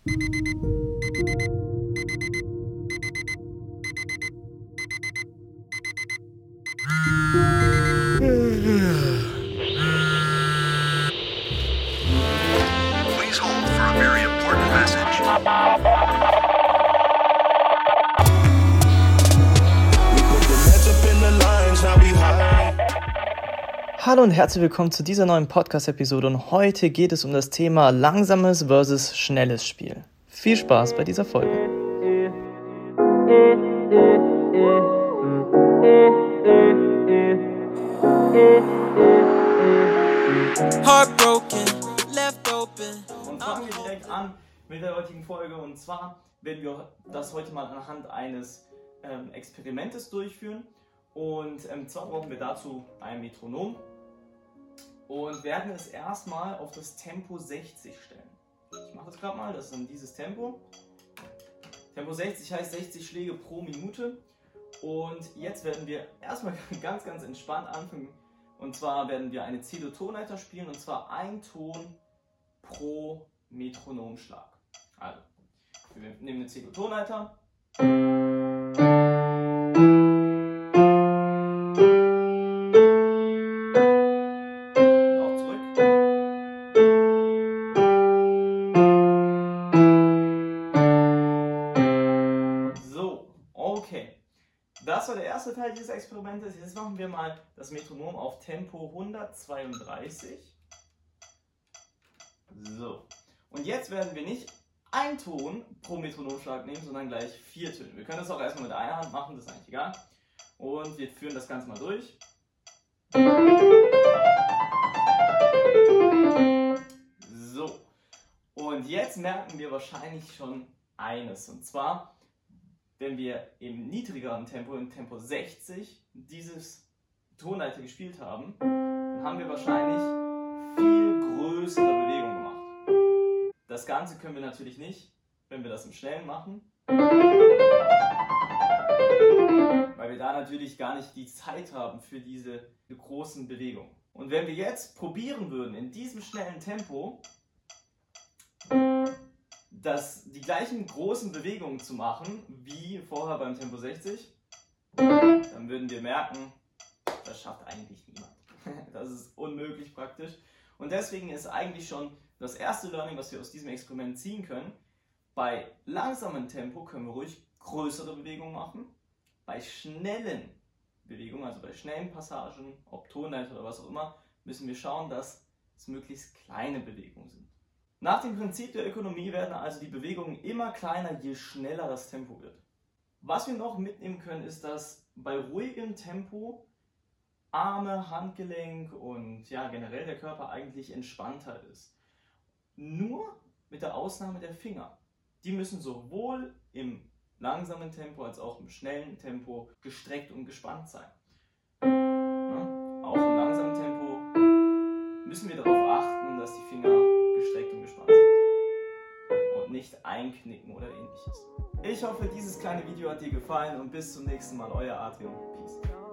Please hold for a very important message. Hallo und herzlich willkommen zu dieser neuen Podcast-Episode und heute geht es um das Thema langsames versus schnelles Spiel. Viel Spaß bei dieser Folge. Und fangen wir direkt an mit der heutigen Folge, und zwar werden wir das heute mal anhand eines Experimentes durchführen, und zwar brauchen wir dazu ein Metronom und werden es erstmal auf das Tempo 60 stellen. Ich mache das gerade mal, das ist dann dieses Tempo. Tempo 60 heißt 60 Schläge pro Minute, und jetzt werden wir erstmal ganz entspannt anfangen, und zwar werden wir eine C-Dur-Tonleiter spielen, und zwar ein Ton pro Metronomschlag. Also, wir nehmen eine C-Dur-Tonleiter. Das war der erste Teil dieses Experimentes. Jetzt machen wir mal das Metronom auf Tempo 132. So. Und jetzt werden wir nicht einen Ton pro Metronomschlag nehmen, sondern gleich 4 Töne. Wir können das auch erstmal mit einer Hand machen, das ist eigentlich egal. Und wir führen das Ganze mal durch. So. Und jetzt merken wir wahrscheinlich schon eines. Und zwar, wenn wir im niedrigeren Tempo, im Tempo 60, dieses Tonleiter gespielt haben, dann haben wir wahrscheinlich viel größere Bewegungen gemacht. Das Ganze können wir natürlich nicht, wenn wir das im Schnellen machen, weil wir da natürlich gar nicht die Zeit haben für diese großen Bewegungen. Und wenn wir jetzt probieren würden, in diesem schnellen Tempo die gleichen großen Bewegungen zu machen wie vorher beim Tempo 60, dann würden wir merken, das schafft eigentlich niemand. Das ist unmöglich praktisch. Und deswegen ist eigentlich schon das erste Learning, was wir aus diesem Experiment ziehen können: bei langsamem Tempo können wir ruhig größere Bewegungen machen. Bei schnellen Bewegungen, also bei schnellen Passagen, ob Tonleiter oder was auch immer, müssen wir schauen, dass es möglichst kleine Bewegungen sind. Nach dem Prinzip der Ökonomie werden also die Bewegungen immer kleiner, je schneller das Tempo wird. Was wir noch mitnehmen können, ist, dass bei ruhigem Tempo Arme, Handgelenk und ja, generell der Körper eigentlich entspannter ist. Nur mit der Ausnahme der Finger. Die müssen sowohl im langsamen Tempo als auch im schnellen Tempo gestreckt und gespannt sein. Ja, auch im langsamen Tempo müssen wir darauf achten, dass die Finger gestreckt und gespannt sind und nicht einknicken oder ähnliches. Ich hoffe, dieses kleine Video hat dir gefallen, und bis zum nächsten Mal, euer Adrian. Peace.